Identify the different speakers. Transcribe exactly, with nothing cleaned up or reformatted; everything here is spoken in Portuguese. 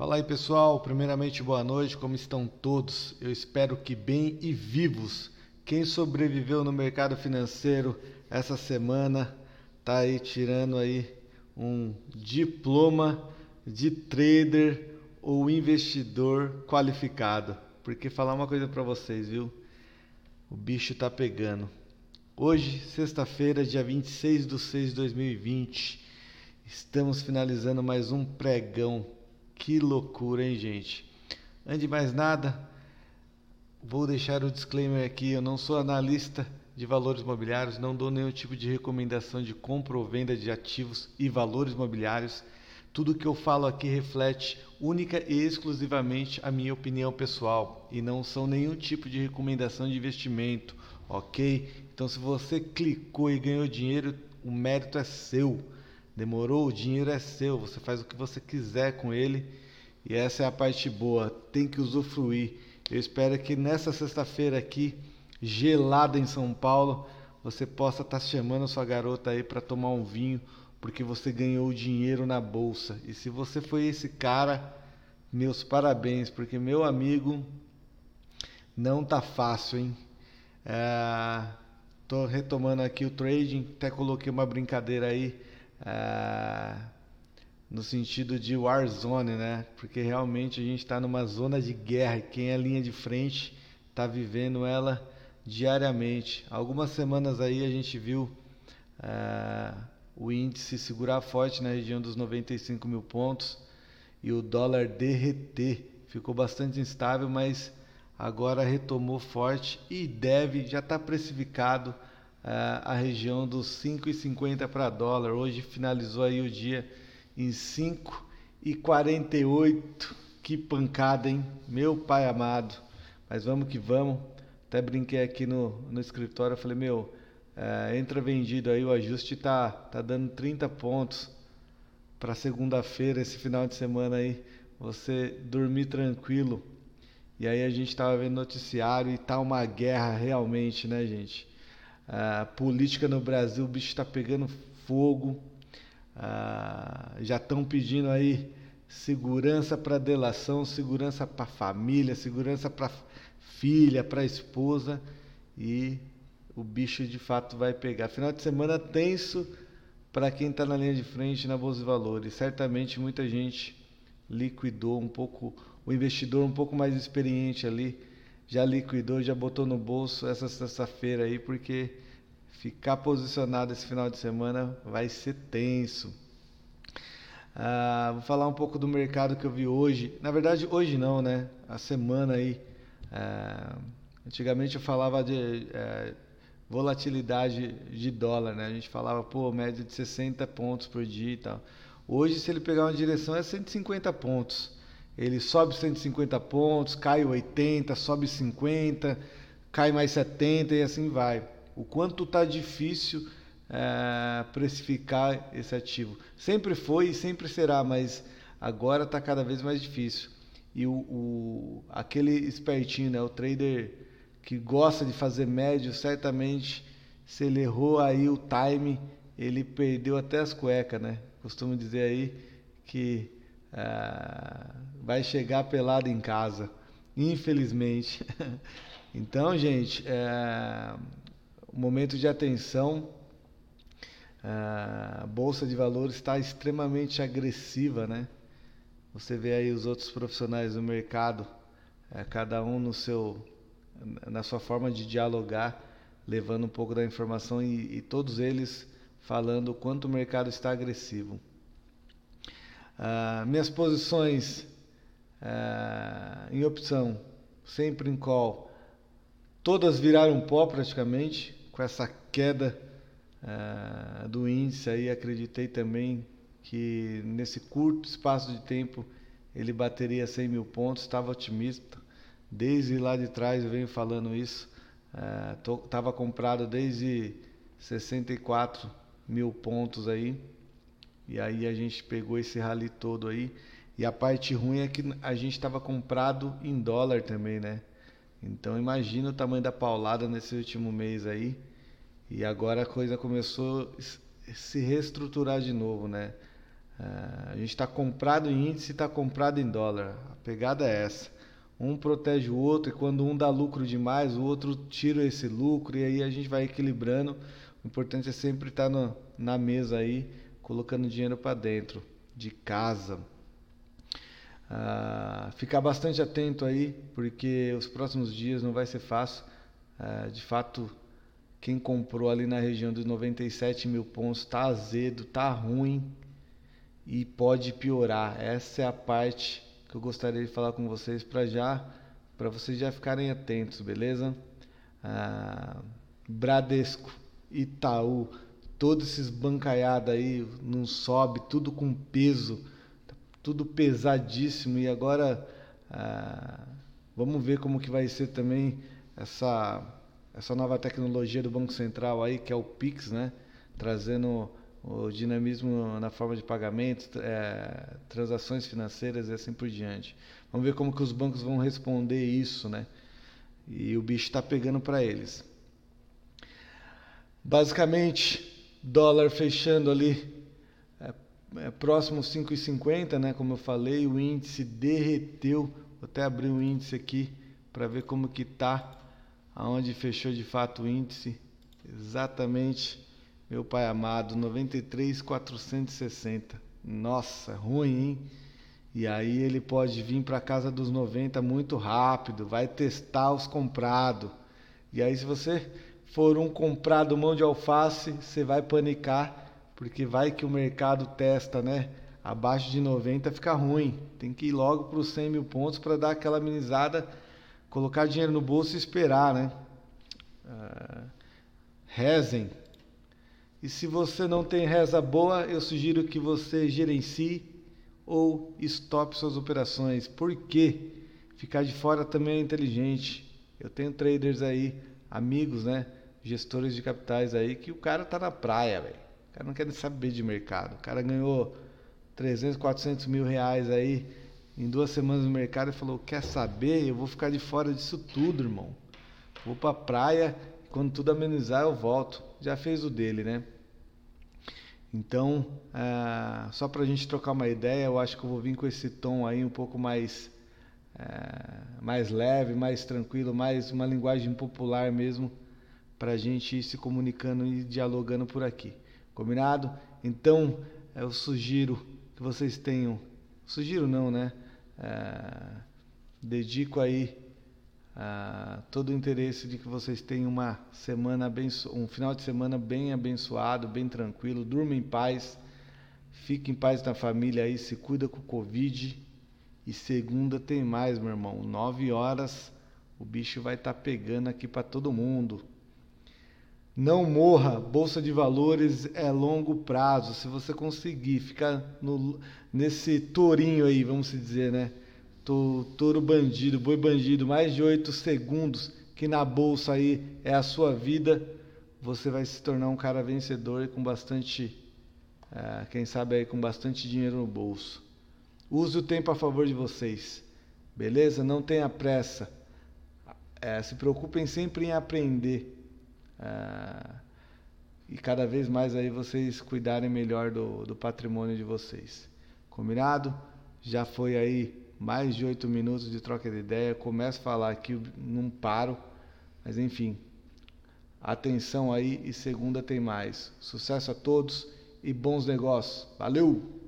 Speaker 1: Fala aí pessoal, primeiramente boa noite, como estão todos? Eu espero que bem e vivos. Quem sobreviveu no mercado financeiro essa semana tá aí tirando aí um diploma de trader ou investidor qualificado. Porque falar uma coisa para vocês, viu? O bicho tá pegando. Hoje, sexta-feira, dia vinte e seis de seis de dois mil e vinte, estamos finalizando mais um pregão. Que loucura, hein, gente? Antes de mais nada, vou deixar o disclaimer aqui. Eu não sou analista de valores imobiliários, não dou nenhum tipo de recomendação de compra ou venda de ativos e valores imobiliários. Tudo que eu falo aqui reflete única e exclusivamente a minha opinião pessoal e não são nenhum tipo de recomendação de investimento, ok? Então, se você clicou e ganhou dinheiro, o mérito é seu. Demorou? O dinheiro é seu, você faz o que você quiser com ele e essa é a parte boa, tem que usufruir. Eu espero que nessa sexta-feira aqui, gelada em São Paulo, você possa estar chamando a sua garota aí para tomar um vinho, porque você ganhou dinheiro na bolsa. E se você foi esse cara, meus parabéns, porque meu amigo, não tá fácil, hein? É... Tô retomando aqui o trading, até coloquei uma brincadeira aí. Ah, no sentido de Warzone, né? Porque realmente a gente está numa zona de guerra. Quem é linha de frente está vivendo ela diariamente. Algumas semanas aí a gente viu ah, o índice segurar forte na região dos noventa e cinco mil pontos e o dólar derreter. Ficou bastante instável, mas agora retomou forte e deve, já está precificado a região dos cinco e cinquenta para dólar. Hoje finalizou aí o dia em cinco e quarenta e oito. Que pancada, hein? Meu pai amado. Mas vamos que vamos. Até brinquei aqui no, no escritório. Eu falei, meu, é, entra vendido aí. O ajuste tá, tá dando trinta pontos para segunda-feira, esse final de semana aí. Você dormir tranquilo. E aí a gente tava vendo noticiário e tá uma guerra realmente, né, gente? A política no Brasil, o bicho está pegando fogo. Ah, já estão pedindo aí segurança para delação, segurança para família, segurança para filha, para esposa. E o bicho de fato vai pegar. Final de semana tenso para quem está na linha de frente na Bolsa de Valores. Certamente muita gente liquidou um pouco, o investidor um pouco mais experiente ali já liquidou, já botou no bolso essa sexta-feira aí, porque ficar posicionado esse final de semana vai ser tenso. Ah, vou falar um pouco do mercado que eu vi hoje. Na verdade, hoje não, né? A semana aí. Ah, antigamente eu falava de é, volatilidade de dólar, né? A gente falava, pô, média de sessenta pontos por dia e tal. Hoje, se ele pegar uma direção, é cento e cinquenta pontos. Ele sobe cento e cinquenta pontos, cai oitenta, sobe cinquenta, cai mais setenta e assim vai. O quanto está difícil é, precificar esse ativo. Sempre foi e sempre será, mas agora está cada vez mais difícil. E o, o, aquele espertinho, né, o trader que gosta de fazer médio, certamente, se ele errou aí o time, ele perdeu até as cuecas, né? Costumo dizer aí que ah, vai chegar pelado em casa, infelizmente. Então, gente, é, o momento de atenção, a Bolsa de Valores está extremamente agressiva, né? Você vê aí os outros profissionais do mercado, é, cada um no seu, na sua forma de dialogar, levando um pouco da informação e, e todos eles falando o quanto o mercado está agressivo. Ah, minhas posições ah, em opção, sempre em call, todas viraram pó praticamente, com essa queda ah, do índice aí. Acreditei também que nesse curto espaço de tempo ele bateria cem mil pontos, estava otimista, desde lá de trás eu venho falando isso, estava ah, comprado desde sessenta e quatro mil pontos aí. E aí a gente pegou esse rally todo aí. E a parte ruim é que a gente estava comprado em dólar também, né? Então imagina o tamanho da paulada nesse último mês aí. E agora a coisa começou a se reestruturar de novo, né? A gente está comprado em índice e está comprado em dólar. A pegada é essa. Um protege o outro e quando um dá lucro demais, o outro tira esse lucro e aí a gente vai equilibrando. O importante é sempre estar no, na mesa aí, colocando dinheiro para dentro de casa. Ah, ficar bastante atento aí, porque os próximos dias não vai ser fácil. Ah, de fato, quem comprou ali na região dos noventa e sete mil pontos está azedo, está ruim e pode piorar. Essa é a parte que eu gostaria de falar com vocês para já, para vocês já ficarem atentos, beleza? Ah, Bradesco, Itaú, todos esses bancaiada aí não sobe, tudo com peso, tudo pesadíssimo e agora ah, vamos ver como que vai ser também essa essa nova tecnologia do Banco Central aí que é o Pix, né? Trazendo o dinamismo na forma de pagamentos, é, transações financeiras e assim por diante. Vamos ver como que os bancos vão responder isso, né? E o bicho está pegando para eles. Basicamente, dólar fechando ali é, é, próximo cinco e cinquenta, né? Como eu falei, o índice derreteu. Vou até abrir o índice aqui para ver como que tá, aonde fechou de fato o índice. Exatamente. Meu pai amado, noventa e três mil quatrocentos e sessenta. Nossa, ruim, hein? E aí ele pode vir para casa dos noventa muito rápido, vai testar os comprados. E aí se você for um comprado mão de alface, você vai panicar, porque vai que o mercado testa, né? Abaixo de noventa fica ruim. Tem que ir logo para os cem mil pontos para dar aquela amenizada, colocar dinheiro no bolso e esperar, né? Uh, rezem. E se você não tem reza boa, eu sugiro que você gerencie ou stop suas operações. Por quê? Ficar de fora também é inteligente. Eu tenho traders aí, amigos, né? Gestores de capitais aí, que o cara tá na praia, velho. O cara não quer nem saber de mercado. O cara ganhou trezentos, quatrocentos mil reais aí em duas semanas no mercado e falou, quer saber? Eu vou ficar de fora disso tudo, irmão. Vou pra praia, quando tudo amenizar eu volto. Já fez o dele, né? Então, ah, só pra gente trocar uma ideia, eu acho que eu vou vir com esse tom aí um pouco mais, ah, mais leve, mais tranquilo, mais uma linguagem popular mesmo, pra gente ir se comunicando e dialogando por aqui. Combinado? Então, eu sugiro que vocês tenham... Sugiro não, né? Ah, dedico aí Uh, todo o interesse de que vocês tenham uma semana abenço... um final de semana bem abençoado, bem tranquilo, durma em paz, fique em paz na família aí, se cuida com o Covid. E segunda tem mais, meu irmão, nove horas o bicho vai estar tá pegando aqui para todo mundo. Não morra, bolsa de valores é longo prazo. Se você conseguir ficar no... nesse tourinho aí, vamos dizer, né? Touro bandido, boi bandido, mais de oito segundos, que na bolsa aí é a sua vida, você vai se tornar um cara vencedor e com bastante, uh, quem sabe aí com bastante dinheiro no bolso. Use o tempo a favor de vocês, beleza? Não tenha pressa, uh, se preocupem sempre em aprender uh, e cada vez mais aí vocês cuidarem melhor do, do patrimônio de vocês. Combinado? Já foi aí mais de oito minutos de troca de ideia. Começo a falar aqui, não paro. Mas enfim, atenção aí e segunda tem mais. Sucesso a todos e bons negócios. Valeu!